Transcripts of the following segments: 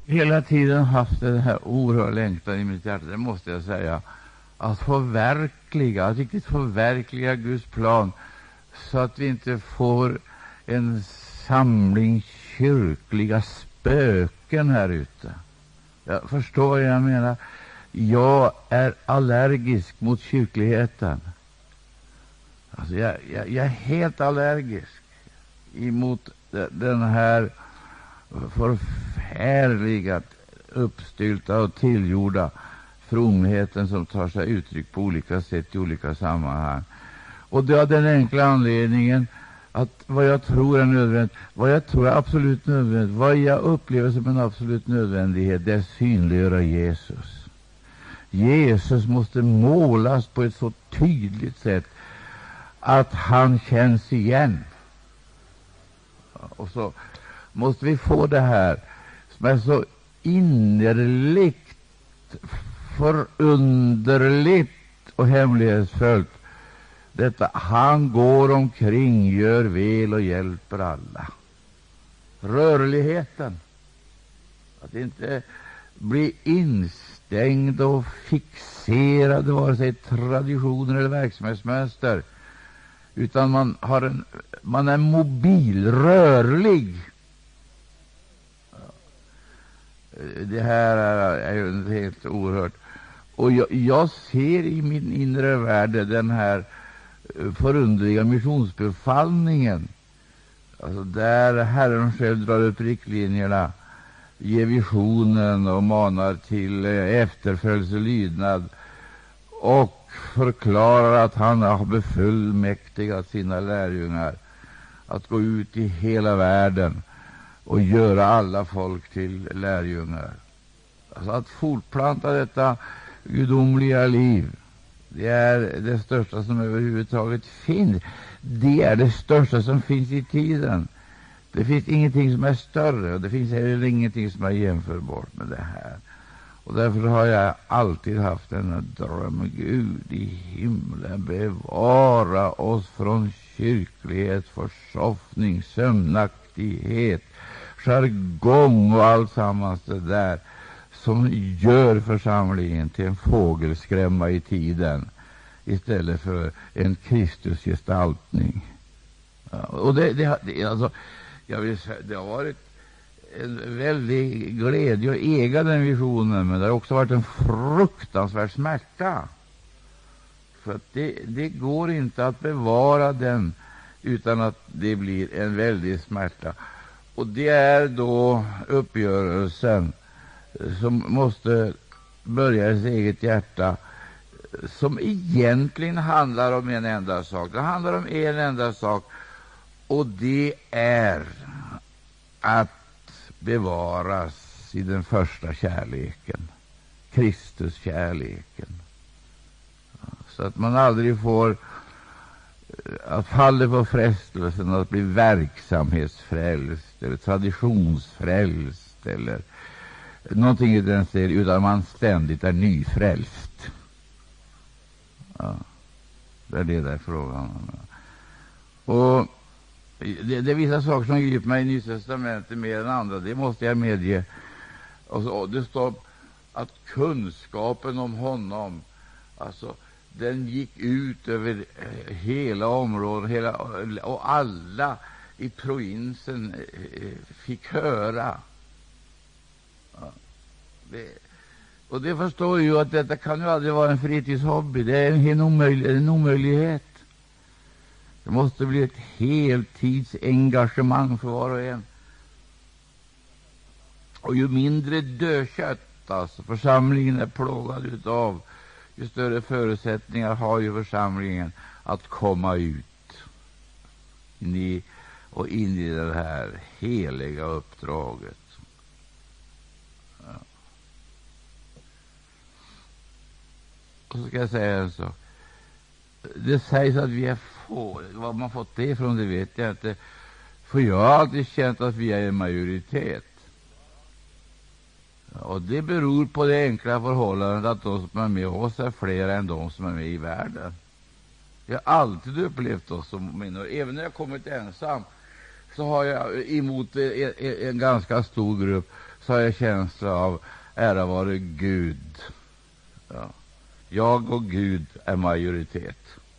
hela tiden haft den här oerhörda längtan i mitt hjärta, det måste jag säga, att riktigt förverkliga Guds plan, så att vi inte får en samling kyrkliga spöken här ute. Jag förstår vad jag menar. Jag är allergisk mot kyrkligheten. Alltså jag är helt allergisk emot den här förfärliga, uppstylta och tillgjorda fromheten som tar sig uttryck på olika sätt i olika sammanhang. Och det är den enkla anledningen att vad jag tror är nödvändigt, vad jag tror är absolut nödvändigt, vad jag upplever som en absolut nödvändighet, det är synliggöra Jesus. Jesus måste målas på ett så tydligt sätt att han känns igen. Och så måste vi få det här som är så innerligt, förunderligt och hemlighetsfullt. Detta, han går omkring, gör väl och hjälper alla. Rörligheten. Att inte bli instängd och fixerad vare sig traditioner eller verksamhetsmönster, utan man är mobil, rörlig. Det här är ju helt oerhört. Och jag ser i min inre värld den här förunderliga missionsbefallningen, alltså där Herren själv drar upp riktlinjerna, ger visionen och manar till efterföljelse och lydnad och förklarar att han har befullmäktigat sina lärjungar att gå ut i hela världen och göra alla folk till lärjungar. Alltså att fortplanta detta gudomliga liv, det är det största som överhuvudtaget finns. Det är det största som finns i tiden. Det finns ingenting som är större, och det finns heller ingenting som är jämförbart med det här. Och därför har jag alltid haft denna dröm: Gud i himlen, bevara oss från kyrklighet, försoffning, sömnaktighet, jargong och allt sammans det där som gör församlingen till en fågelskrämma i tiden istället för en Kristusgestaltning. Ja, och alltså, jag vill säga, det har varit en väldig glädje att äga den visionen, men det har också varit en fruktansvärd smärta. För att det går inte att bevara den utan att det blir en väldig smärta. Och det är då uppgörelsen som måste börja i sitt eget hjärta, som egentligen handlar om en enda sak. Det handlar om en enda sak, och det är att bevaras i den första kärleken, Kristuskärleken. Så att man aldrig får att falla på frestelsen att bli verksamhetsfrälst eller traditionsfrälst eller någonting i den serien, utan man ständigt är nyfrälst. Ja, det är det där frågan. Och det är vissa saker som griper mig i Nya testamentet mer än andra, det måste jag medge. Och det står att kunskapen om honom, alltså, den gick ut över hela området, och alla i provinsen fick höra. Ja, och det förstår ju att detta kan ju aldrig vara en fritidshobby. Det är en omöjlighet. Det måste bli ett heltidsengagemang för var och en. Och ju mindre dödkött alltså församlingen är plågad utav, ju större förutsättningar har ju församlingen att komma ut in i det här heliga uppdraget. Ja. Och så ska jag säga så. Det sägs att vi är få. Vad man fått det ifrån, det vet jag inte. För jag har alltid känt att vi är en majoritet. Och det beror på det enkla förhållandet att de som är med oss är fler än de som är med i världen. Jag har alltid upplevt oss som minor. Även när jag kommit ensam, så har jag emot en ganska stor grupp, så har jag känsla av ära vare Gud. Ja. Jag och Gud är majoritet.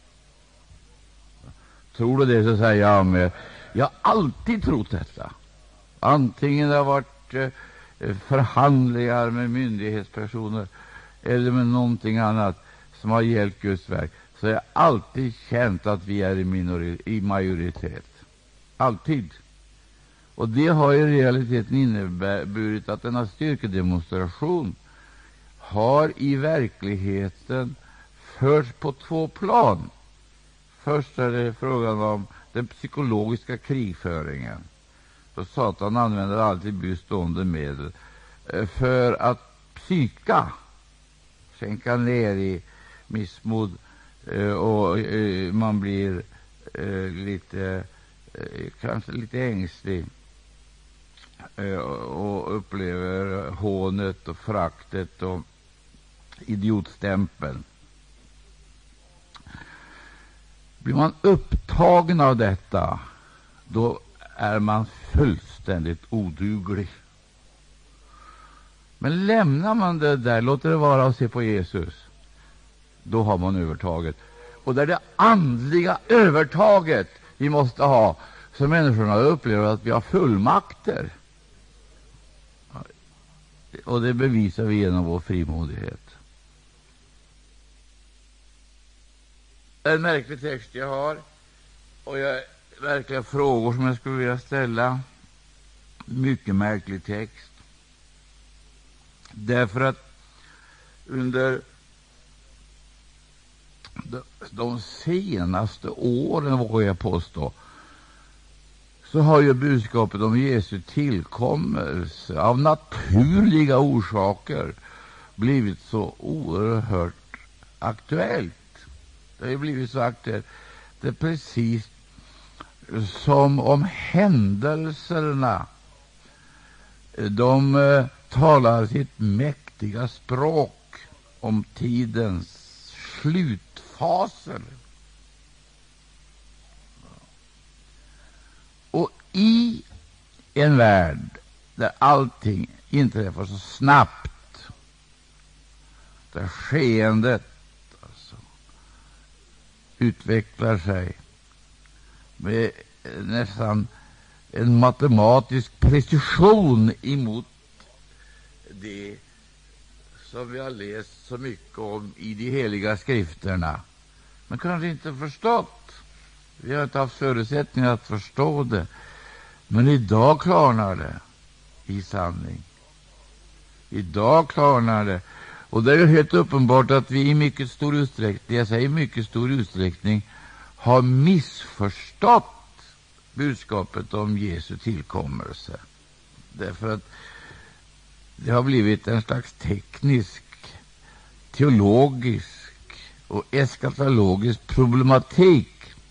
Tror du det, så säger jag med. Jag har alltid trott detta. Antingen det har varit förhandlingar med myndighetspersoner eller med någonting annat som har gällt Guds verk, så har jag alltid känt att vi är i majoritet. Alltid. Och det har i realiteten inneburit att denna styrkedemonstration har i verkligheten förts på två plan. Först är det frågan om den psykologiska krigföringen. Så Satan använder alltid bestående medel för att psyka, skänka ner i missmod, och man blir kanske lite ängslig och upplever hånet och fraktet och idiotstämpeln. Blir man upptagen av detta, då är man fullständigt oduglig. Men lämnar man det där, låter det vara och se på Jesus, då har man övertaget. Och det är det andliga övertaget vi måste ha, så människorna upplever att vi har fullmakter. Och det bevisar vi genom vår frimodighet. Det är en märklig text jag har, och verkliga frågor som jag skulle vilja ställa. Mycket märklig text. Därför att under de senaste åren, vågar jag påstå, så har ju budskapet om Jesu tillkommelse av naturliga orsaker blivit så oerhört aktuellt. Det har blivit så aktuellt. Det är precis som om händelserna, de talar sitt mäktiga språk om tidens slutfaser. Och i en värld där allting inträffar så snabbt, där skeendet utvecklar sig med nästan en matematisk precision emot det som vi har läst så mycket om i de heliga skrifterna, men kanske inte förstått. Vi har inte haft förutsättningar att förstå det, men idag klarnar det i sanning. Idag klarnar det. Och det är ju helt uppenbart att vi i mycket stor utsträckning, jag säger mycket stor utsträckning, har missförstått budskapet om Jesu tillkommelse. Därför att det har blivit en slags teknisk, teologisk och eskatologisk problematik.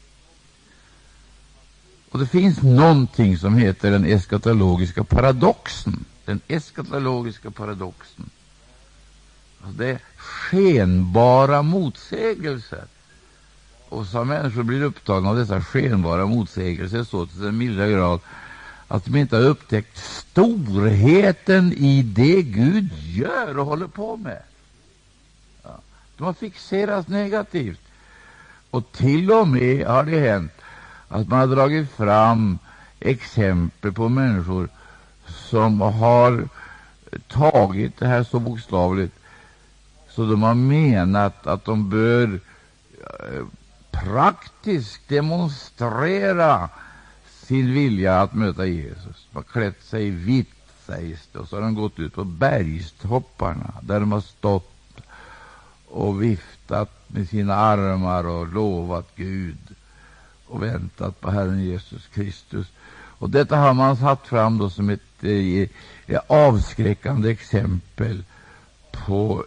Och det finns någonting som heter den eskatologiska paradoxen. Den eskatologiska paradoxen. Alltså det är skenbara motsägelser. Och så människor blir upptagna av dessa skenbara motsägelser så till den milda grad att de inte har upptäckt storheten i det Gud gör och håller på med. Ja. De har fixerats negativt. Och till och med har det hänt att man har dragit fram exempel på människor som har tagit det här så bokstavligt så de har menat att de bör praktiskt demonstrera sin vilja att möta Jesus. De har klätt sig vitt, sägs det, och så har de gått ut på bergstopparna där de har stått och viftat med sina armar och lovat Gud och väntat på Herren Jesus Kristus. Och detta har man satt fram då som ett avskräckande exempel på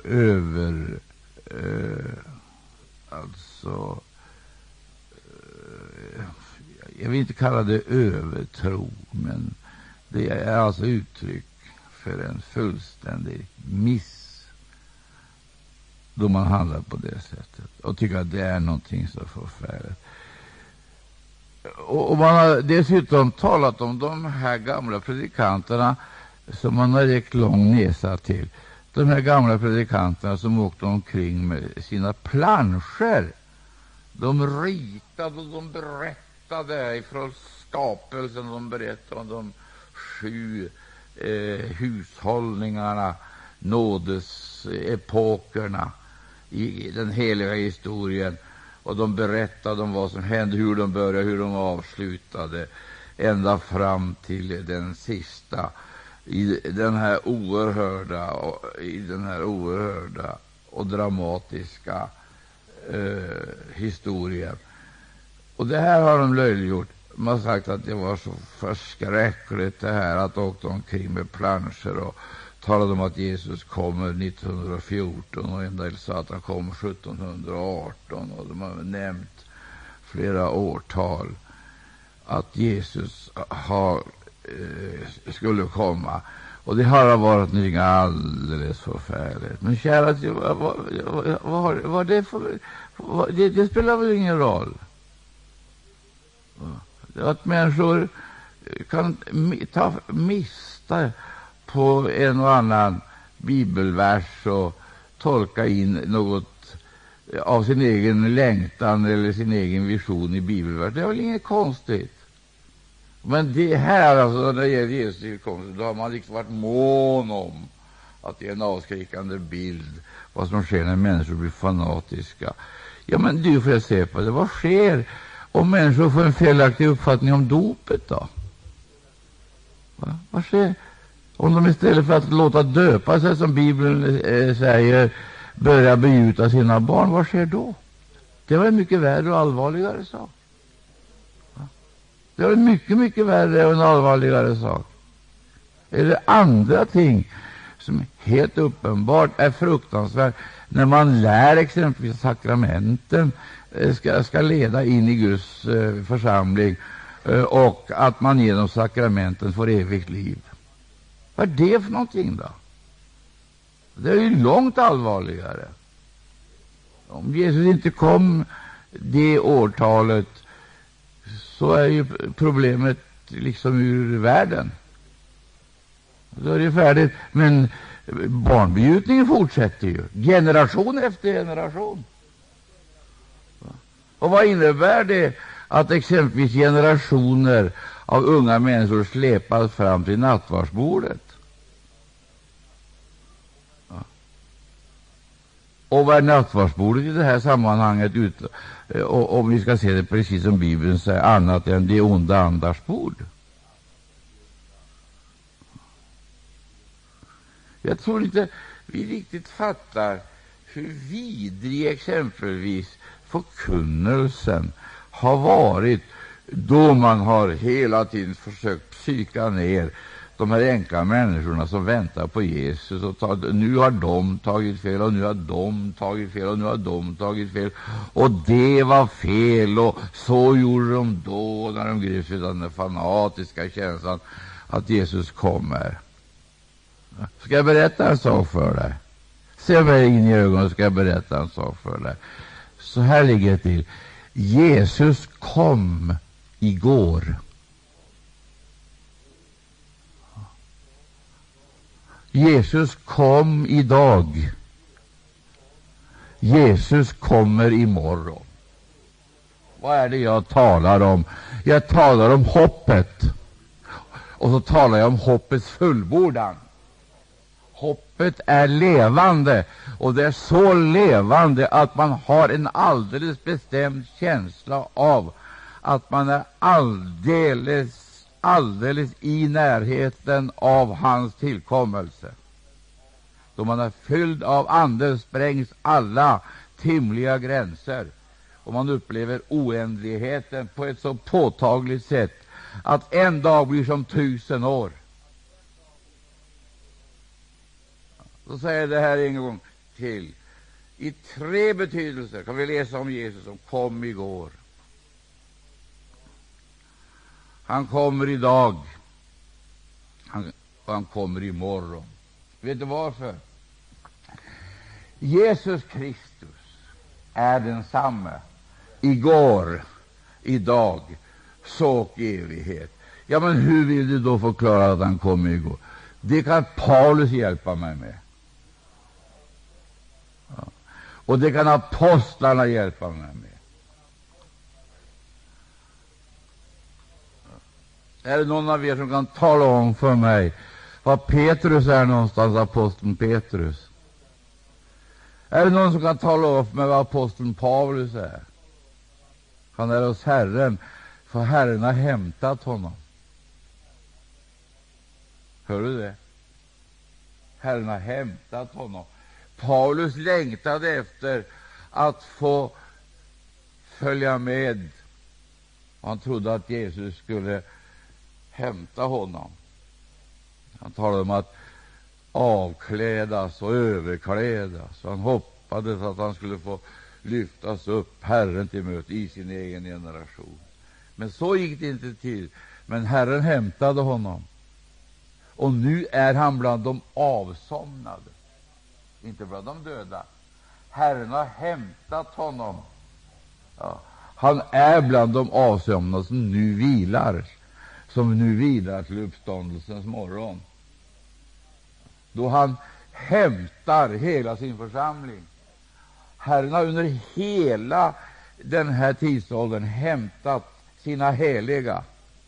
jag vill inte kalla det övertro, men det är alltså uttryck för en fullständig miss då man handlar på det sättet och tycker att det är någonting så förfärligt. Och man har dessutom talat om de här gamla predikanterna som man har räckt lång näsa till. De här gamla predikanterna som åkte omkring med sina planscher. De ritade och de berättade ifrån skapelsen. De berättade om de 7 hushållningarna, nådesepokerna i den heliga historien. Och de berättade om vad som hände, hur de började, hur de avslutade, ända fram till den sista i den här oerhörda och dramatiska historien. Och det här har de löjliggjort. Man har sagt att det var så förskräckligt det här att åka omkring med planscher och talade om att Jesus kommer 1914 och en del sa att han kommer 1718, och de har nämnt flera årtal att Jesus skulle komma. Och det har varit något alldeles förfärligt. Men kära, vad det spelar väl ingen roll. Att människor kan ta miste på en och annan bibelvers och tolka in något av sin egen längtan eller sin egen vision i bibelvers. Det är väl inget konstigt. Men det här, alltså, när det gäller Jesu tillkomst, då har man liksom varit mån om att det är en avskräckande bild vad som sker när människor blir fanatiska. Ja, men du får jag se på det. Vad sker om människor får en felaktig uppfattning om dopet då? Vad sker om de istället för att låta döpa sig, som Bibeln säger, börjar begjuta sina barn? Vad sker då? Det var en mycket värre och allvarligare sak. Det var en mycket värre och en allvarligare sak. Är det andra ting som helt uppenbart är fruktansvärt när man lär exempelvis sakramenten ska leda in i Guds församling, och att man genom sakramenten får evigt liv? Vad är det för någonting då? Det är ju långt allvarligare. Om Jesus inte kom det årtalet, så är ju problemet liksom ur världen. Då är det färdigt. Men barnbegjutningen fortsätter ju, generation efter generation. Och vad innebär det att exempelvis generationer av unga människor släpas fram till nattvardsbordet? Och vad är nattvardsbordet i det här sammanhanget, om vi ska se det precis som Bibeln säger, annat än det onda andars bord? Jag tror inte vi riktigt fattar hur vidrig exempelvis förkunnelsen har varit, då man har hela tiden försökt psyka ner de här enkla människorna som väntar på Jesus, och nu har de tagit fel, och nu har de tagit fel, och nu har de tagit fel, och det var fel, och så gjorde de då, när de greps av den fanatiska känslan att Jesus kommer. Ska jag berätta en sak för dig? Se mig in i ögonen, ska jag berätta en sak för dig. Så här ligger det till. Jesus kom igår. Jesus kom idag. Jesus kommer imorgon. Vad är det jag talar om? Jag talar om hoppet. Och så talar jag om hoppets fullbordan. Hoppet är levande, och det är så levande att man har en alldeles bestämd känsla av att man är alldeles i närheten av hans tillkommelse. Då man är fylld av anden sprängs alla timliga gränser, och man upplever oändligheten på ett så påtagligt sätt att en dag blir som 1000 år. Så säger det här en gång till. I 3 betydelser kan vi läsa om Jesus som kom igår. Han kommer idag. Han kommer imorgon. Vet du varför? Jesus Kristus är densamme igår, idag så och evighet. Ja, men hur vill du då förklara att han kommer igår? Det kan Paulus hjälpa mig med. Ja. Och det kan apostlarna hjälpa mig med. Är det någon av er som kan tala om för mig var Petrus är någonstans, aposteln Petrus? Är det någon som kan tala om för mig var aposteln Paulus är? Han är hos Herren, för Herren har hämtat honom. Hör du det? Herren har hämtat honom. Paulus längtade efter att få följa med. Han trodde att Jesus skulle hämta honom. Han talade om att avklädas och överklädas. Han hoppades att han skulle få lyftas upp Herren till möte i sin egen generation. Men så gick det inte till. Men Herren hämtade honom. Och nu är han bland de avsomnade, inte bland de döda. Herren har hämtat honom. Ja, han är bland de avsomnade som nu vilar till uppståndelsens morgon, då han hämtar hela sin församling. Herren har under hela den här tidsåldern hämtat sina heliga.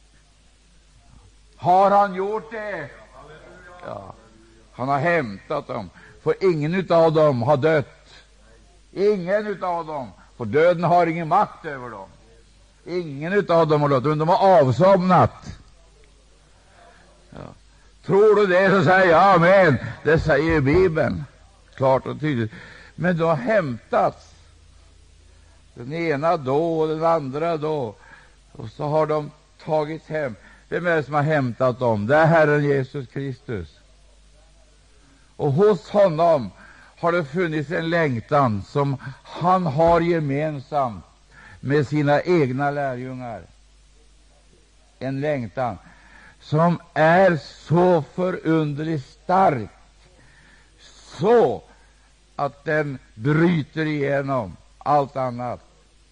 Har han gjort det? Ja, han har hämtat dem. För ingen av dem har dött. Ingen av dem. För döden har ingen makt över dem. Ingen av dem har dött, men de har avsomnat. Ja. Tror du det, så säger jag amen. Det säger Bibeln klart och tydligt. Men de har hämtats. Den ena då och den andra då. Och så har de tagits hem. Vem är det som har hämtat dem? Det är Herren Jesus Kristus. Och hos honom har det funnits en längtan som han har gemensamt med sina egna lärjungar. En längtan som är så förunderligt stark, så att den bryter igenom allt annat.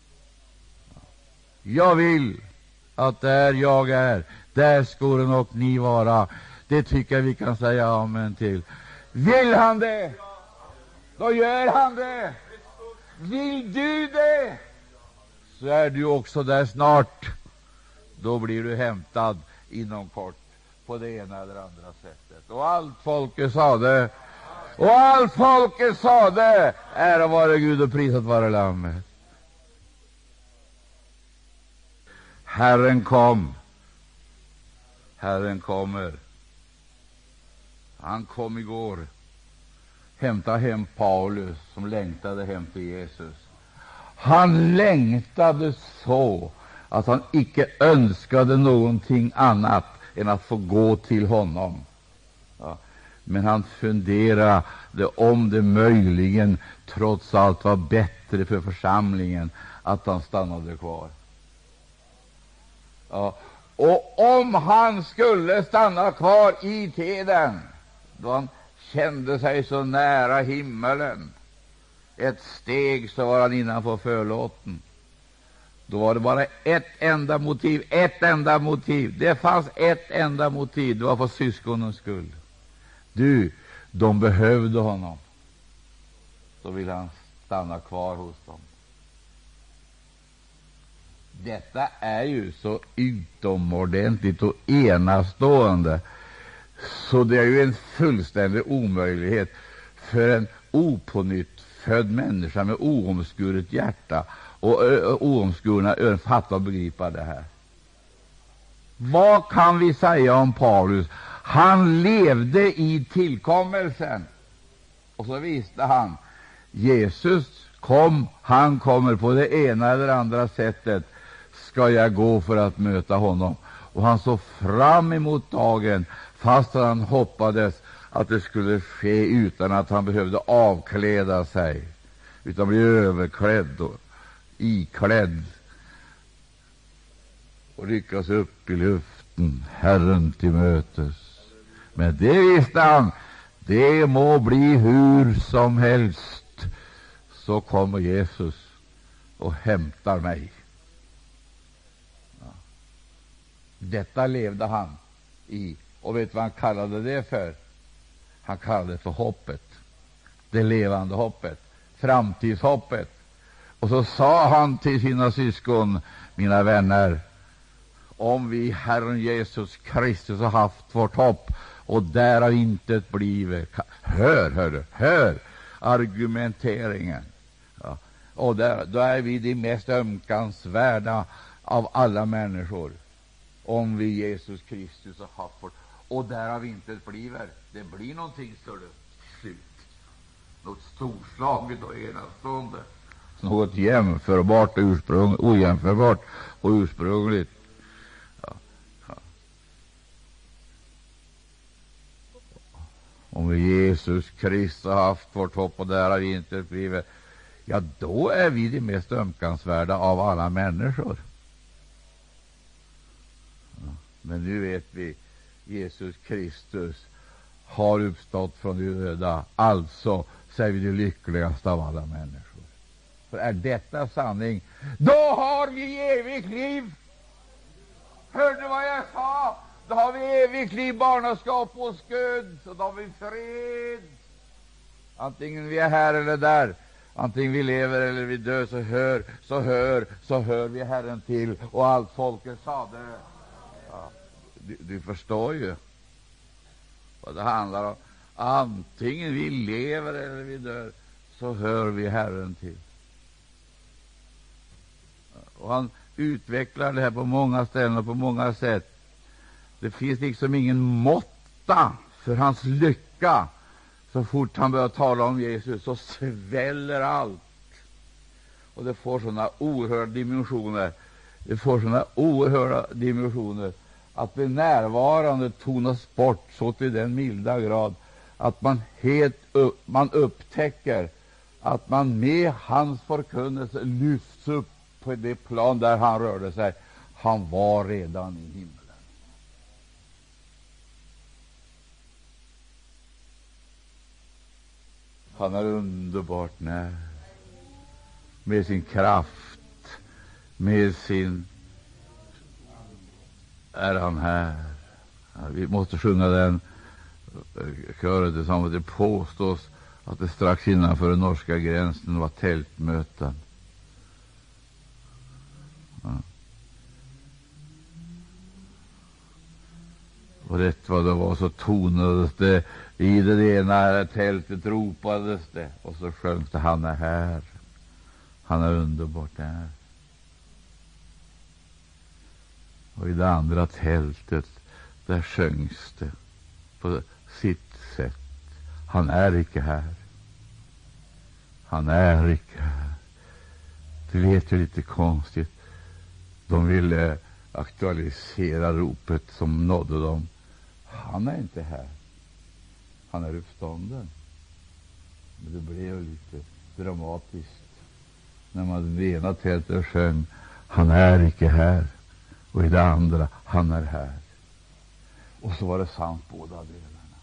Jag vill att där jag är, där skolen och ni vara. Det tycker jag vi kan säga amen till. Vill han det, då gör han det. Vill du det, så är du också där snart. Då blir du hämtad inom kort på det ena eller andra sättet. Och allt folket sa det. Och allt folket sa det. Ära vare Gud och prisat vare Lammet. Herren kom. Herren kommer. Han kom igår. Hämta hem Paulus som längtade hem till Jesus. Han längtade så att han icke önskade någonting annat än att få gå till honom. Ja. Men han funderade om det möjligen trots allt var bättre för församlingen att han stannade kvar. Ja. Och om han skulle stanna kvar i tiden, då han kände sig så nära himmelen, ett steg så var han innanför förlåten, då var det bara ett enda motiv. Det fanns ett enda motiv. Det var för syskonens skull. De behövde honom. Då ville han stanna kvar hos dem. Detta är ju så utomordentligt och enastående, så det är ju en fullständig omöjlighet för en opånyttfödd människa med oomskuret hjärta och oomskurna öron fatta och begripa det här. Vad kan vi säga om Paulus? Han levde i tillkommelsen, och så visste han Jesus kom, han kommer på det ena eller andra sättet. Ska jag gå för att möta honom? Och han såg fram emot dagen, fast han hoppades att det skulle ske utan att han behövde avkläda sig, utan bli överklädd och iklädd och ryckas upp i luften, Herren till mötes. Men det visste han, det må bli hur som helst, så kommer Jesus och hämtar mig. Ja. Detta levde han i. Och vet vad han kallade det för? Han kallade det för hoppet. Det levande hoppet. Framtidshoppet. Och så sa han till sina syskon, mina vänner, om vi Herren Jesus Kristus har haft vårt hopp och därav intet blivit. Hör argumenteringen. Ja. Och då är vi de mest ömkansvärda av alla människor. Om vi Jesus Kristus har haft vårt och därav intet blivit. Det blir någonting större slut. Något storslaget och enastående. Något jämförbart och ojämförbart och ursprungligt. Ja. Om vi Jesus Kristus har haft vårt hopp och där har vi inte blivit, ja, då är vi de mest ömkansvärda av alla människor. Ja. Men nu vet vi, Jesus Kristus har uppstått från de döda, alltså så är vi det lyckligaste av alla människor. För är detta sanning, då har vi evigt liv. Hörde vad jag sa? Då har vi evigt liv, barnaskap och sköd, så då har vi fred. Antingen vi är här eller där, antingen vi lever eller vi dör, så hör vi Herren till. Och allt folket sa det. Ja, du förstår ju vad det handlar om. Antingen vi lever eller vi dör, så hör vi Herren till. Och han utvecklar det här på många ställen och på många sätt. Det finns liksom ingen måtta för hans lycka. Så fort han börjar tala om Jesus så sväller allt. Och det får sådana oerhörda dimensioner. Det får sådana oerhörda dimensioner att det närvarande tonas bort så till den milda grad att man upptäcker att man med hans förkunnelse lyfts upp på det plan där han rörde sig. Han var redan i himlen. Han är underbart när. Med sin kraft, med sin är han här. Ja, vi måste sjunga den köret tillsammans. Det påstås att det strax innanför den norska gränsen var tältmöten. Ja. Och rätt vad det var så tonades det i det ena tältet, ropades det, och så sjöngs det: han är här, han är underbart där. Och i det andra tältet, där sjöngs det på sitt sätt: han är icke här, han är icke här. Det vet ju lite konstigt. De ville aktualisera ropet som nådde dem. Han är inte här, han är uppstånden. Men det blev lite dramatiskt när man i det ena tältet sjöng: han är icke här, och i det andra: han är här. Och så var det sant båda delarna.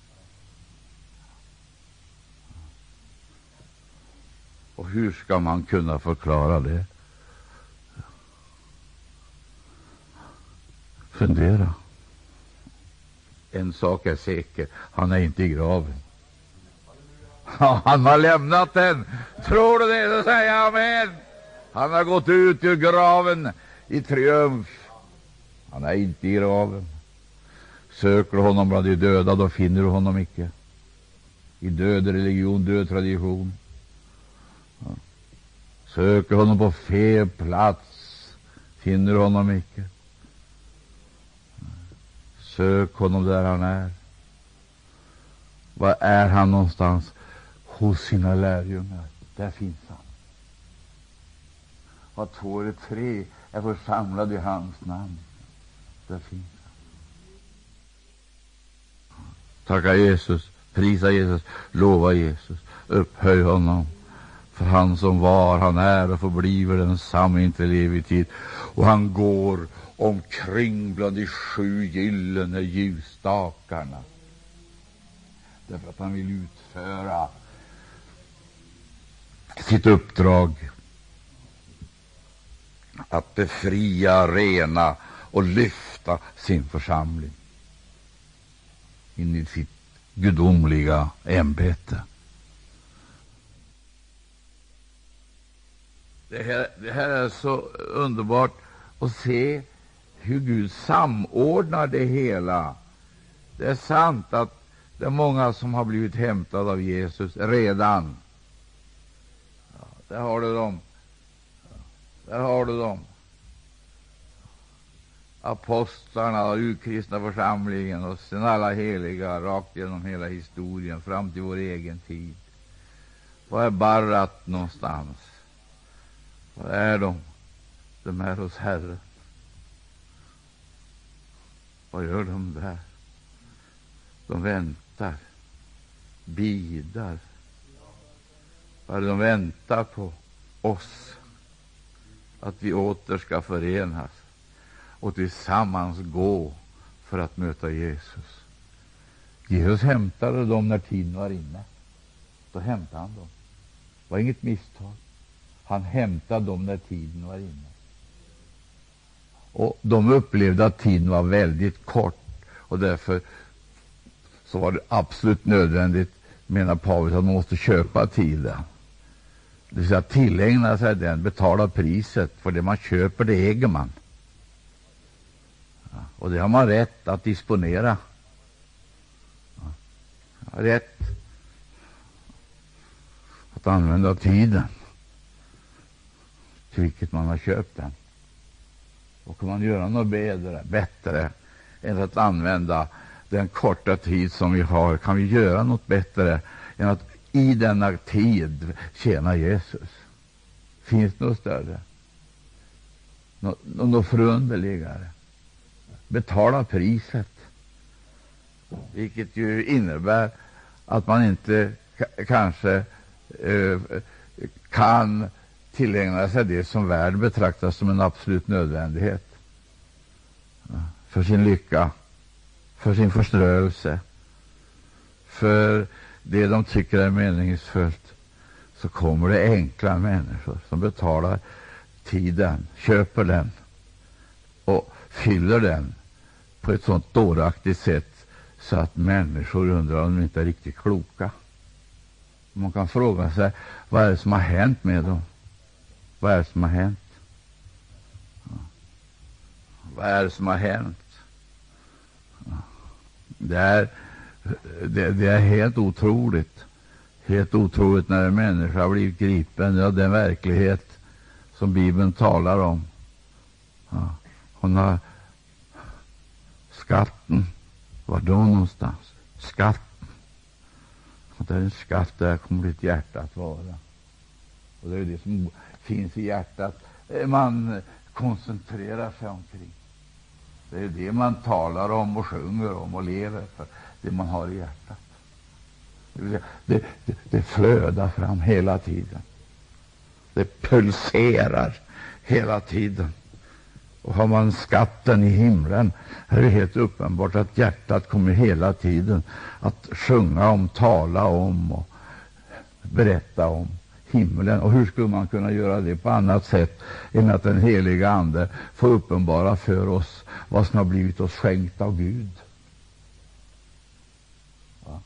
Och hur ska man kunna förklara det? Fundera. En sak är säker: han är inte i graven. Han har lämnat den. Tror du det, så säger jag amen. Han har gått ut ur graven i triumf. Han är inte i graven. Söker du honom bland de döda, då finner du honom icke. I död religion, död tradition. Ja. Söker honom på fel plats, finner du honom icke. Sök honom där han är. Var är han någonstans? Hos sina lärjungar. Där finns han. Var 2 eller 3 är församlade i hans namn. Där finns han. Tacka Jesus, prisa Jesus, lova Jesus, upphöj honom. För han som var, han är och förbliver densamma inte evig tid. Och han går omkring bland de 7 gyllene ljusstakarna. Därför att han vill utföra sitt uppdrag att befria, rena och lyfta hämta sin församling in i sitt gudomliga ämbete. Det här är så underbart att se hur Gud samordnar det hela. Det är sant att det är många som har blivit hämtade av Jesus redan. Ja, där har du dem. Där har du dem. Apostlarna och urkristna församlingen och sen alla heliga rakt genom hela historien fram till vår egen tid. Var är Barrat någonstans? Var är de? De är hos Herren. Vad gör de där? De väntar, bidar. Vad är det de väntar på? Oss. Att vi åter ska förenas och tillsammans gå för att möta Jesus. Jesus hämtade dem när tiden var inne. Då hämtade han dem. Det var inget misstag. Han hämtade dem när tiden var inne. Och de upplevde att tiden var väldigt kort, och därför så var det absolut nödvändigt, menar Paulus, att man måste köpa tiden. Det vill säga tillägna sig den, betala priset, för det man köper, det äger man. Ja, och det har man rätt att disponera. Ja, rätt att använda tiden till vilket man har köpt den. Och kan man göra något bättre än att använda den korta tid som vi har, kan vi göra något bättre än att i denna tid tjäna Jesus? Finns det något större? Något förunderligare? Betala priset, vilket ju innebär att man inte kanske kan tillägna sig det som världen betraktas som en absolut nödvändighet för sin lycka, för sin förströelse, för det de tycker är meningsfullt. Så kommer det enkla människor som betalar tiden, köper den och fyller den på ett sånt dåraktigt sätt så att människor undrar om de inte är riktigt kloka. Man kan fråga sig, vad är det som har hänt med dem? Vad är det som har hänt? Vad är det som har hänt? Det är helt otroligt. Helt otroligt när en människa har blivit gripen av den verklighet som Bibeln talar om. Ja, hon har skatten. Var då någonstans? Skatten. Och det är en skatt, där kommer ditt hjärta att vara. Och det är det som finns i hjärtat man koncentrerar sig omkring. Det är det man talar om och sjunger om och lever för, det man har i hjärtat. Det flödar fram hela tiden. Det pulserar hela tiden. Och har man skatten i himlen, är det helt uppenbart att hjärtat kommer hela tiden att sjunga om, tala om och berätta om himlen. Och hur skulle man kunna göra det på annat sätt än att den heliga Ande får uppenbara för oss vad som har blivit oss skänkt av Gud? Ja.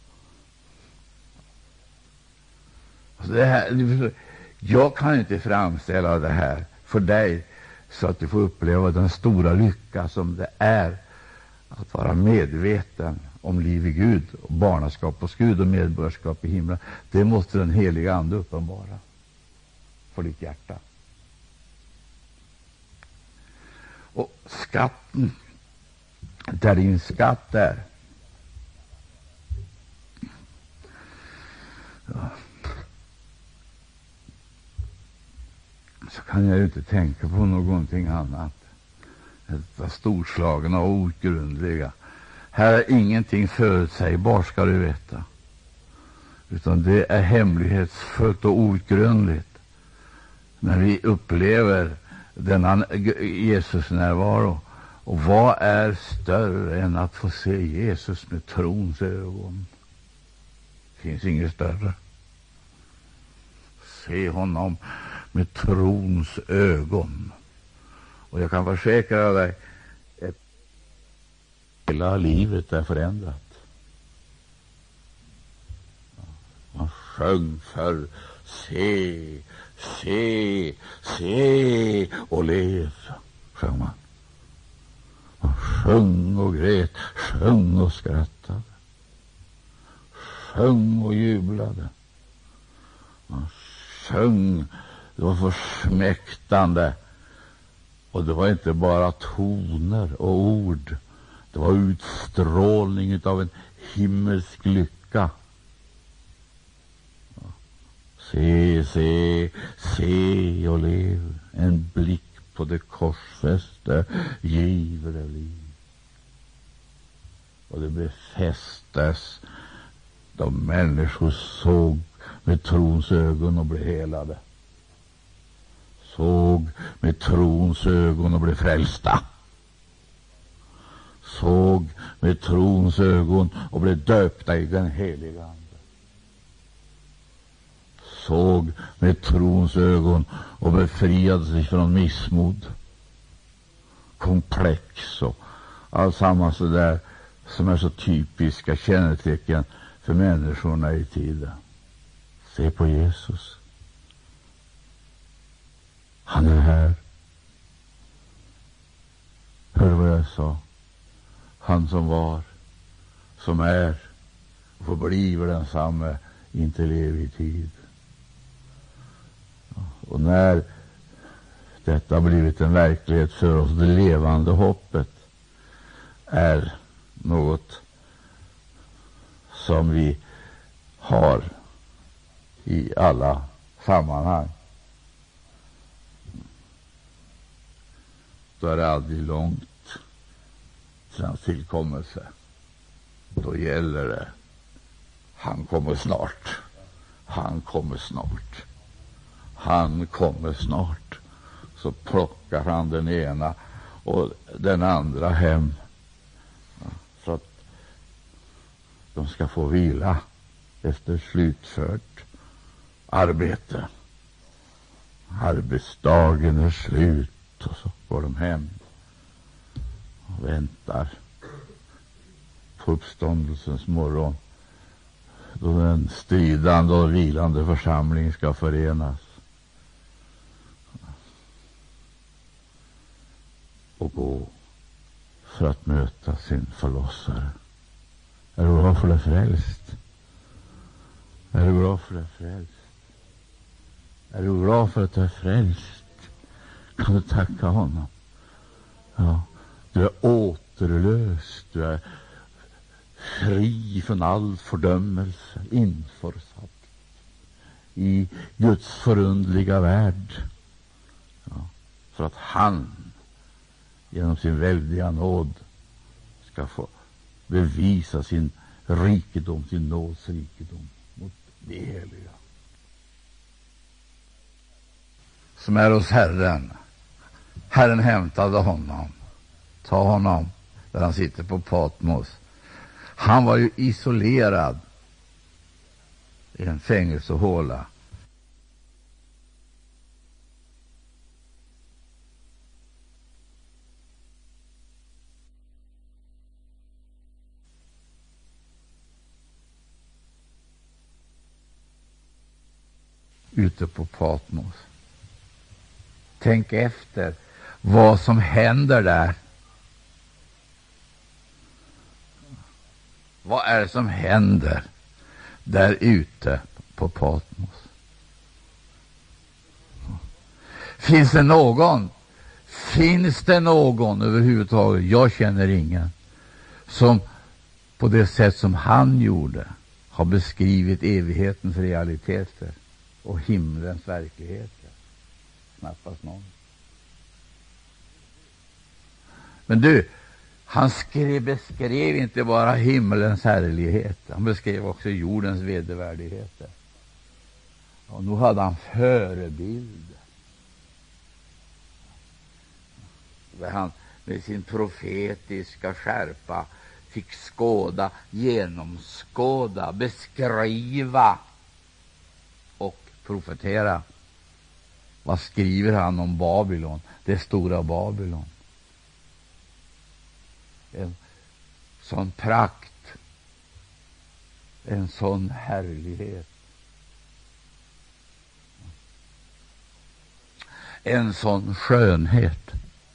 Alltså det här, jag kan inte framställa det här för dig så att du får uppleva den stora lycka som det är att vara medveten om liv i Gud och barnaskap hos Gud och medborgarskap i himlen. Det måste den heliga Ande uppenbara för ditt hjärta. Och skatten, där din skatt är, ja, så kan jag ju inte tänka på någonting annat. Detta storslagna och outgrundliga. Här är ingenting förutsägbart, ska du veta. Utan det är hemlighetsfullt och outgrundligt. När vi upplever denna Jesus närvaro. Och vad är större än att få se Jesus med trons ögon? Det finns inget större. Se honom med trons ögon. Och jag kan försäkra dig, hela livet är förändrat. Man sjöng för se, se, se och lev, sjöng man. Man sjöng och grät, sjöng och skrattade, sjöng och jublade. Man sjöng, det var försmäktande. Och det var inte bara toner och ord, det var utstrålning av en himmelsk lycka. Se, se, se och lev, en blick på det korsfäste giver det liv. Och det befästes då människor såg med trons ögon och blev helade. Såg med trons ögon och blev frälsta. Såg med trons ögon och blev döpta i den heliga Ande. Såg med trons ögon och befriade sig från missmod, komplex och allsammans det där som är så typiska kännetecken för människorna i tiden. Se på Jesus. Han är här. Hör vad jag sa? Han som var, som är och förblir densamme intill evig tid. Och när detta har blivit en verklighet för oss, det levande hoppet är något som vi har i alla sammanhang. Då är det aldrig långt till hans tillkommelse. Då gäller det, han kommer snart. Han kommer snart. Han kommer snart. Så plockar han den ena och den andra hem för att de ska få vila efter slutfört arbete. Arbetsdagen är slut och så går de hem och väntar på uppståndelsens morgon, då den stridande och vilande församling ska förenas och gå för att möta sin förlossare. Är du glad för det frälst? Är du glad för det frälst? Är du glad för att du är frälst? Kan du tacka honom? Ja, du är återlöst, du är fri från all fördömelse, införsatt i Guds förundliga värld. Ja, för att han genom sin väldiga nåd ska få bevisa sin rikedom, sin nåds rikedom mot det heliga. Som är hos Herren. Herren hämtade honom. Ta honom där han sitter på Patmos. Han var ju isolerad i en fängelsehåla. Ute på Patmos. Tänk efter vad som händer där. Vad är det som händer där ute på Patmos? Finns det någon överhuvudtaget, jag känner ingen, som på det sätt som han gjorde har beskrivit evighetens realiteter och himlens verkligheter? Knappast någon. Men du, han beskrev inte bara himmelens härlighet, han beskrev också jordens vedervärdigheter. Och nu hade han förebild. Där han med sin profetiska skärpa fick genomskåda, beskriva och profetera. Vad skriver han om Babylon, det stora Babylon? sån prakt, en sån härlighet, en sån skönhet.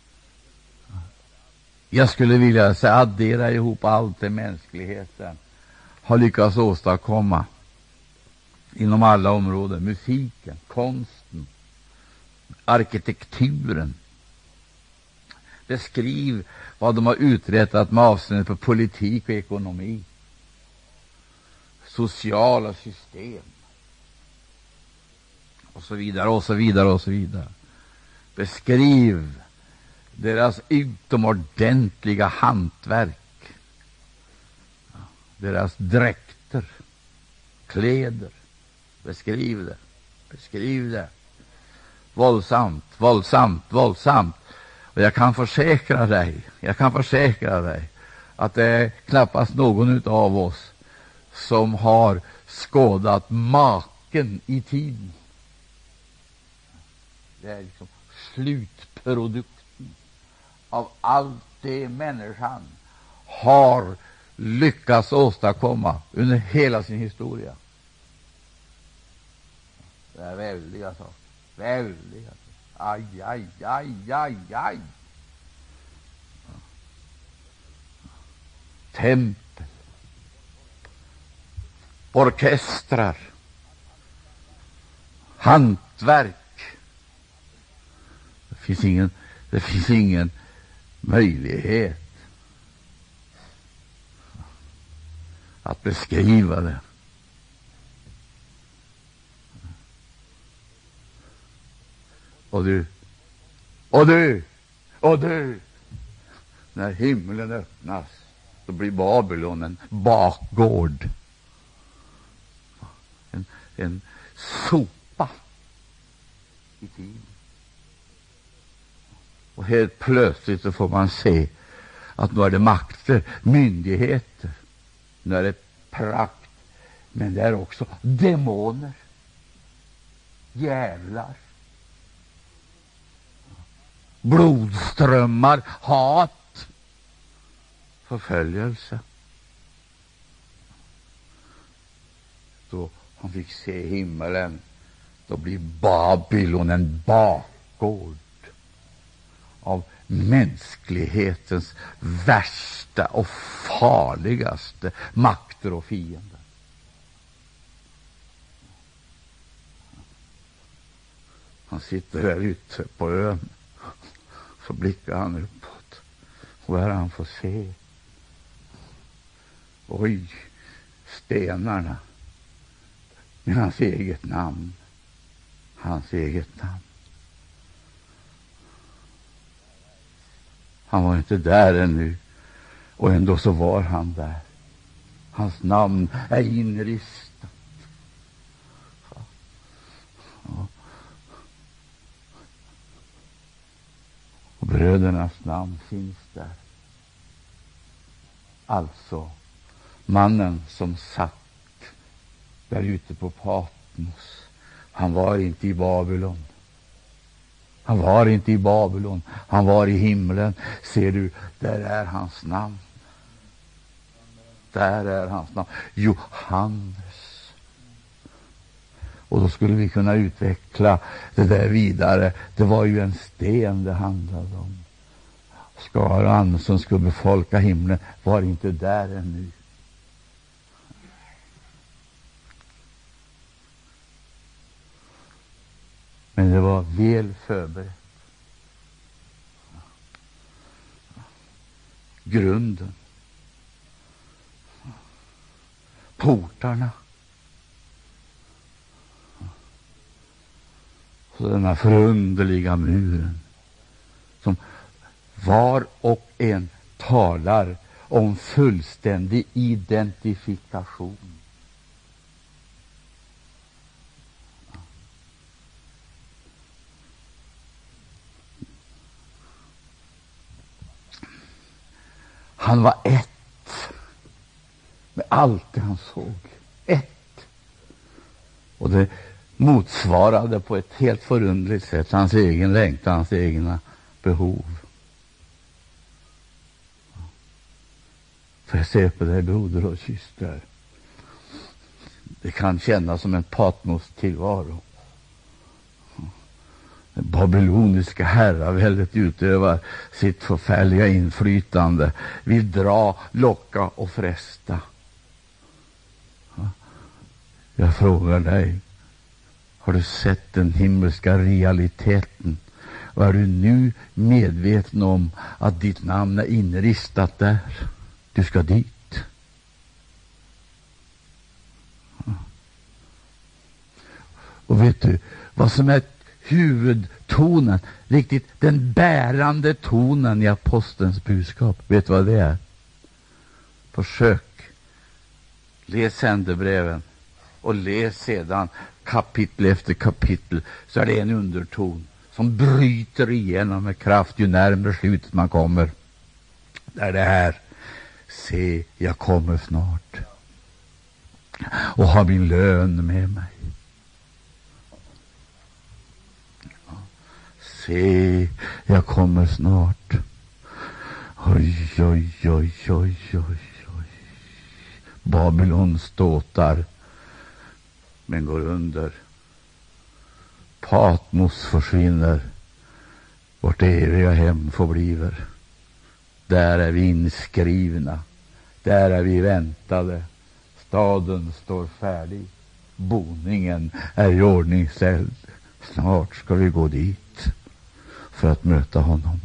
Jag skulle vilja säga, addera ihop allt det mänskligheten har lyckats åstadkomma inom alla områden: musiken, konsten, arkitekturen. Beskriv vad de har uträttat med avseende på politik och ekonomi, sociala system och så vidare och så vidare och så vidare. Beskriv deras utomordentliga hantverk, deras dräkter, kläder. Beskriv det, beskriv det. Våldsamt, våldsamt, våldsamt. Och jag kan försäkra dig att det är knappast någon av oss som har skådat maken i tiden. Det är liksom slutprodukten av allt det människan har lyckats åstadkomma under hela sin historia. Det är väldiga saker. Väldiga saker. Aj, aj, aj, aj, aj. Tempel, orkestrar, hantverk. Det finns ingen möjlighet att beskriva det. Och du, när himlen öppnas, så blir Babylon en bakgård, en sopa i tiden. Och helt plötsligt så får man se att nu är det makter, myndigheter, nu är det prakt, men det är också demoner, djävlar, blodströmmar, hat, förföljelse. Då han fick se himmelen, då blir Babylon en bakgård av mänsklighetens värsta och farligaste makter och fiender. Han sitter där ute på ön, så blickar han uppåt, och här han får se, oj, stenarna med hans eget namn, hans eget namn. Han var inte där ännu, och ändå så var han där. Hans namn är inristat. Ja. Och brödernas namn finns där. Alltså, mannen som satt där ute på Patmos, han var inte i Babylon. Han var inte i Babylon, han var i himlen. Ser du, där är hans namn. Där är hans namn, Johannes. Och då skulle vi kunna utveckla det där vidare. Det var ju en sten det handlade om. Skaran som skulle befolka himlen var inte där ännu. Men det var väl förberett. Grunden, portarna, så denna förunderliga muren som var och en talar om fullständig identifikation. Han var ett med allt det han såg. Ett. Och det motsvarade på ett helt förunderligt sätt hans egen längtan, hans egna behov. Får jag se på dig, broder och syster? Det kan kännas som en Patmos tillvaro. Det babyloniska herraväldet utövar sitt förfärliga inflytande, vill dra, locka och fresta. Jag frågar dig, har du sett den himmelska realiteten? Och är du nu medveten om att ditt namn är inristat där? Du ska dit. Och vet du vad som är huvudtonen, riktigt den bärande tonen i apostelns budskap? Vet du vad det är? Försök. Läs sändebreven och läs sedan kapitel efter kapitel, så är det en underton som bryter igenom med kraft ju närmare slutet man kommer. Där det här: se, jag kommer snart och har min lön med mig. Se, jag kommer snart. Oj, oj, oj, oj, oj, oj. Babylon ståtar men går under. Patmos försvinner. Vårt eviga hem förbliver. Där är vi inskrivna. Där är vi väntade. Staden står färdig. Boningen är i ordning ställd. Snart ska vi gå dit för att möta honom.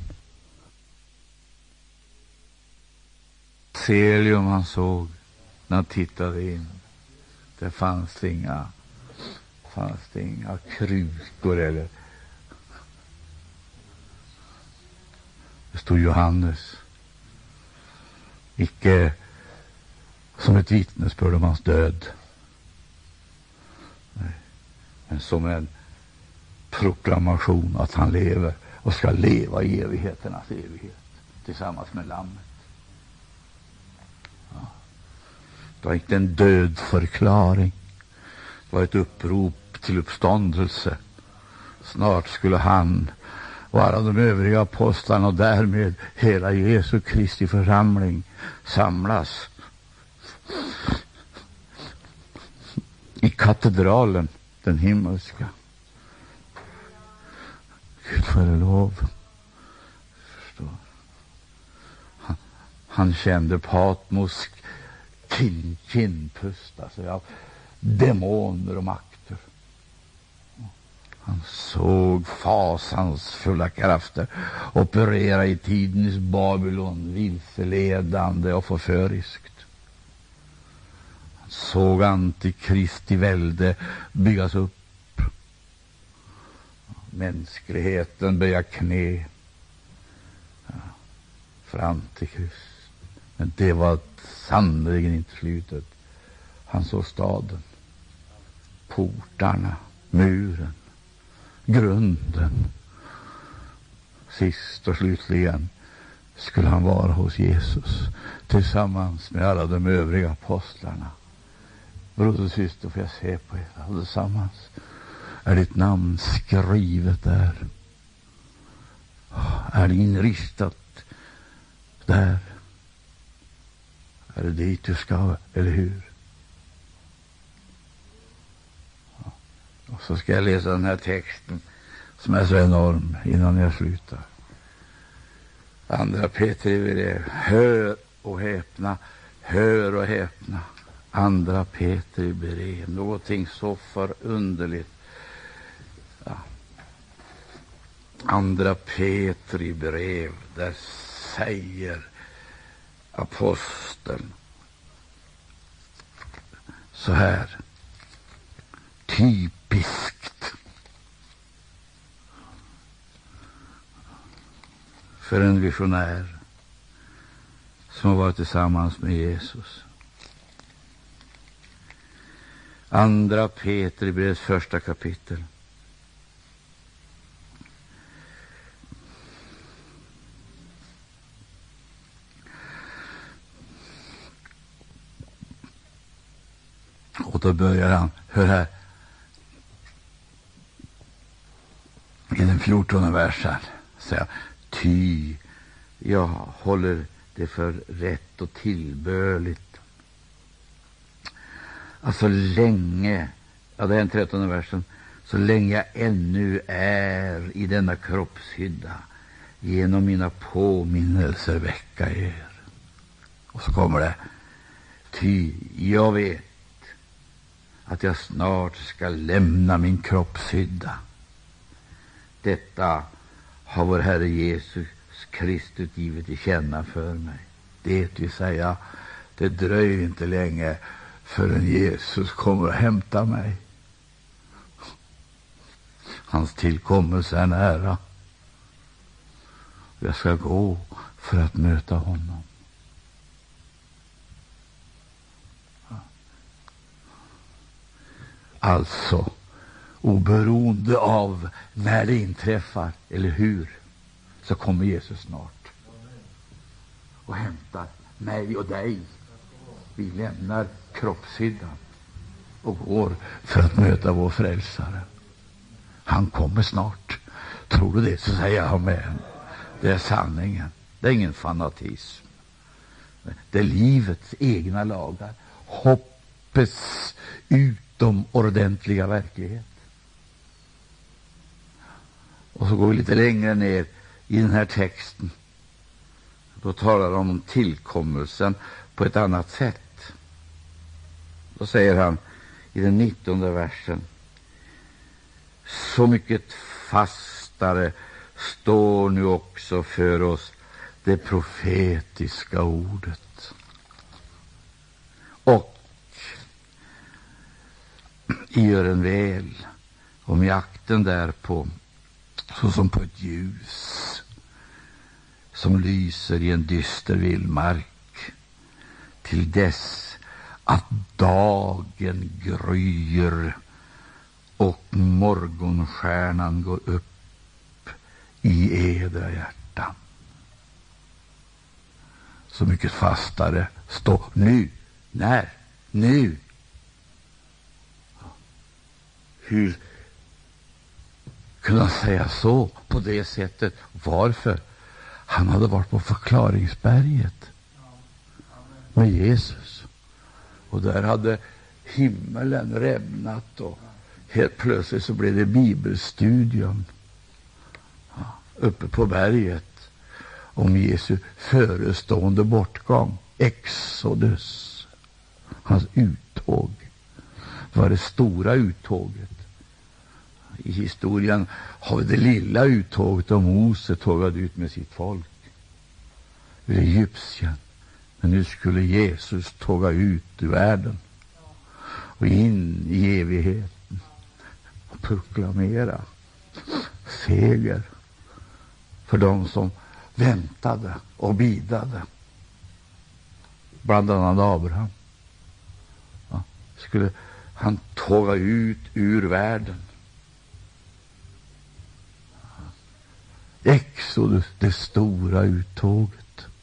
Celium han såg när han tittade in. Det fanns inga krukor eller. Det stod Johannes. Icke som ett vittnesbörd om hans död. Nej. Men som en proklamation att han lever och ska leva i evigheternas evighet tillsammans med lammet. Ja. Det var inte en död förklaring. Det var ett upprop till uppståndelse. Snart skulle han och alla de övriga apostlarna och därmed hela Jesu Kristi församling samlas i katedralen, den himmelska. Gud för lov. Förstår. Han kände Patmos kindpusta sig av demoner och makter. Han såg fasansfulla krafter operera i tidens Babylon, vilseledande och förföriskt. Han såg antikristi välde byggas upp. Mänskligheten böja knä för antikrist. Men det var sannoliken inte slutet. Han såg staden, portarna, muren, grunden. Sist och slutligen skulle han vara hos Jesus tillsammans med alla de övriga apostlarna. Broder och syster, får jag se på er allesammans? Är ditt namn skrivet där? Är det inristat där? Är det dit du ska, eller hur? Ja. Och så ska jag läsa den här texten som är så enorm innan jag slutar. Andra Petri brev. Hör och häpna, hör och häpna. Andra Petri brev. Någonting så förunderligt. Ja. Andra Petri brev, där säger aposteln så här, typiskt för en visionär som har varit tillsammans med Jesus. Andra Petri brevs första kapitel. Och då börjar han, hör här, i den 14:e versen säger, ty jag håller det för rätt och tillbörligt. Alltså länge, ja det är den 13:e versen, så länge jag ännu är i denna kroppshydda, genom mina påminnelser väcka er. Och så kommer det, ty jag vet att jag snart ska lämna min kroppshydda. Detta har vår Herre Jesus Kristus givit till känna för mig. Det vill säga, det dröjer inte länge förrän Jesus kommer att hämta mig. Hans tillkommelse är nära. Jag ska gå för att möta honom. Alltså, oberoende av när det inträffar eller hur, så kommer Jesus snart och hämtar mig och dig. Vi lämnar kroppshyddan och går för att möta vår frälsare. Han kommer snart. Tror du det, så säger jag amen. Det är sanningen. Det är ingen fanatism. Det är livets egna lagar. Hoppets utomordentliga verklighet. Och så går vi lite längre ner i den här texten. Då talar de om tillkommelsen på ett annat sätt. Då säger han i den 19:e versen: så mycket fastare står nu också för oss det profetiska ordet. Och gör en väl om jakten därpå, såsom på ett ljus som lyser i en dyster vildmark, till dess att dagen gryr och morgonstjärnan går upp i edra hjärtan. Så mycket fastare stå nu. När? Nu. Hur kunde han säga så på det sättet? Varför? Han hade varit på förklaringsberget med Jesus. Och där hade himmelen rämnat och helt plötsligt så blev det bibelstudium uppe på berget om Jesu förestående bortgång. Exodus. Hans uttåg. Det var det stora uttåget. I historien har vi det lilla uttåget om Mose tågade ut med sitt folk ur Egypten. Men nu skulle Jesus tåga ut ur världen och in i evigheten och proklamera seger för de som väntade och bidade. Bland annat Abraham. Skulle han tåga ut ur världen. Exodus, det stora uttåget.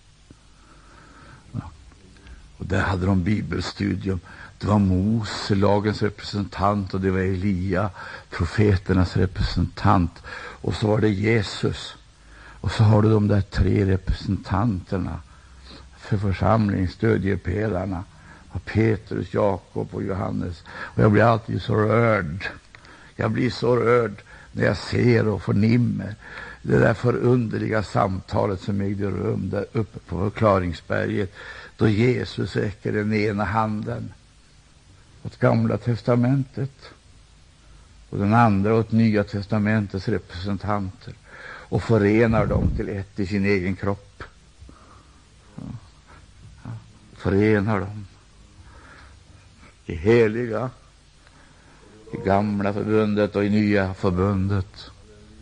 Och där hade de bibelstudium. Det var Mose, lagens representant, och det var Elia, profeternas representant. Och så var det Jesus. Och så har du de där 3 representanterna för församlingsstödjepelarna. Petrus, Jakob och Johannes. Och jag blir alltid så rörd. Jag blir så rörd när jag ser och förnimmer det där förunderliga samtalet som ägde rum där uppe på förklaringsberget, då Jesus räcker den ena handen åt Gamla testamentet och den andra åt Nya testamentets representanter och förenar dem till ett i sin egen kropp. Förenar dem. I heliga, i Gamla förbundet och i Nya förbundet.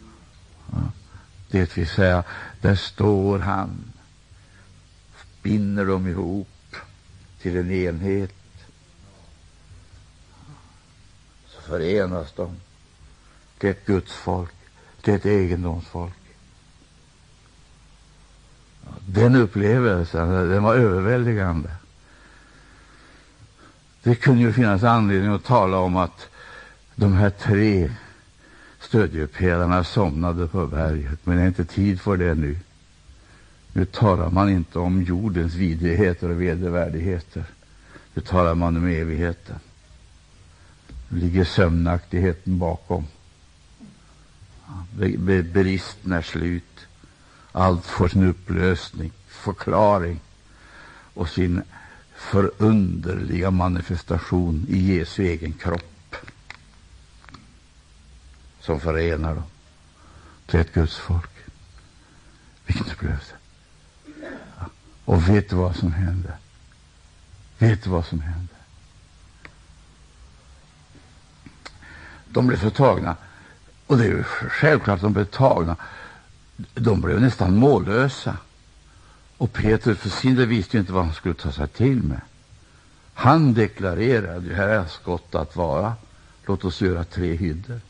Det vill säga, där står han, binder dem ihop till en enhet. Så förenas de till ett Guds folk, till ett egendomsfolk. Den upplevelsen, den var överväldigande. Det kunde ju finnas anledning att tala om att de här 3 stödjepelarna somnade på berget, men det är inte tid för det nu. Nu talar man inte om jordens vidrigheter och vedervärdigheter. Nu talar man om evigheten. Nu ligger sömnaktigheten bakom. Bristen är slut. Allt får sin upplösning, förklaring och sin förunderliga manifestation i Jesu egen kropp, som förenar dem till ett Guds folk. Vilken upplevelse! Och vet du vad som hände? Vet du vad som hände? De blev förtagna. Och det är ju självklart att de blev tagna. De blev nästan mållösa. Och Petrus för sin del visste ju inte vad han skulle ta sig till med. Han deklarerade, här är skott att vara. Låt oss göra 3 hyddor.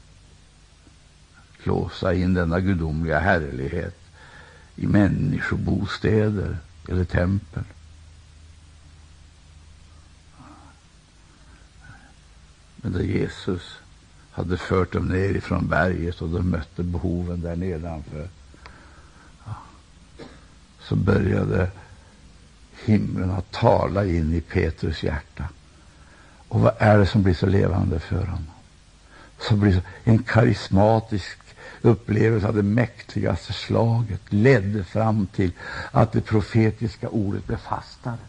Låsa in denna gudomliga härlighet i människobostäder eller tempel. Men där Jesus hade fört dem ner ifrån berget och de mötte behoven där nedanför, så började himlen att tala in i Petrus hjärta. Och vad är det som blir så levande för honom? Så blir så en karismatisk upplevelse av det mäktigaste slaget ledde fram till att det profetiska ordet blev fastare.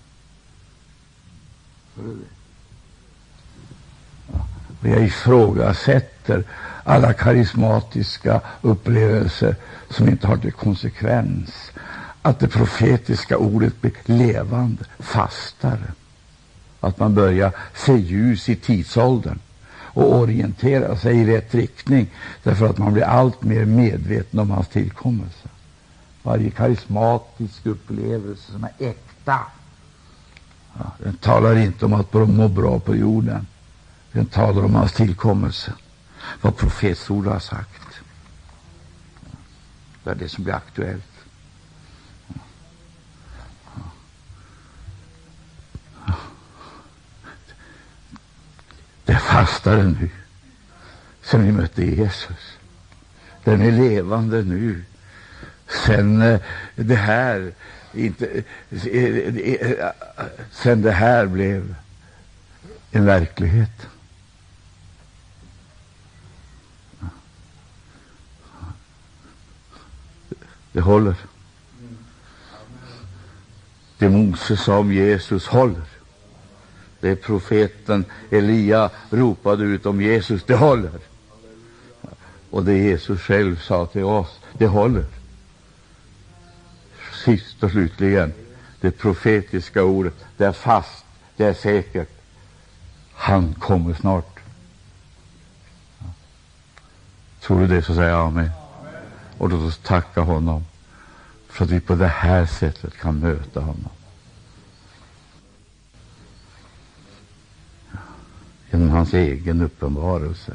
Och jag ifrågasätter alla karismatiska upplevelser som inte har till konsekvens att det profetiska ordet blir levande, fastare. Att man börjar se ljus i tidsåldern och orientera sig i rätt riktning, därför att man blir allt mer medveten om hans tillkommelse. Varje karismatisk upplevelse som är äkta, den talar inte om att må bra på jorden. Den talar om hans tillkommelse. Vad profetsord har sagt. Det är det som blir aktuellt. Det är fastare nu. Sen vi mötte Jesus. Den är levande nu. Sen det här sen det här blev en verklighet. Det håller. Det Moses sa om Jesus håller. Det profeten Elia ropade ut om Jesus, det håller. Och det Jesus själv sa till oss, det håller. Sist och slutligen, det profetiska ordet, det är fast, det är säkert. Han kommer snart. Tror du det, så säger jag amen. Och låt oss tacka honom för att vi på det här sättet kan möta honom. Genom hans egen uppenbarelse.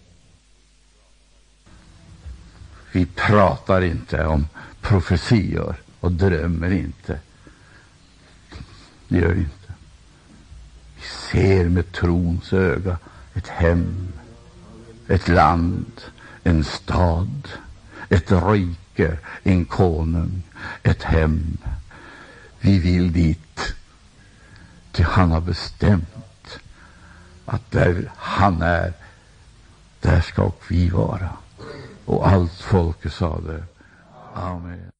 Vi pratar inte om profetior och drömmer inte. Det gör vi inte. Vi ser med trons öga ett hem, ett land, en stad, ett rike, en konung, ett hem. Vi vill dit, till han har bestämt att där han är, där ska vi vara. Och allt folket sa det. Amen.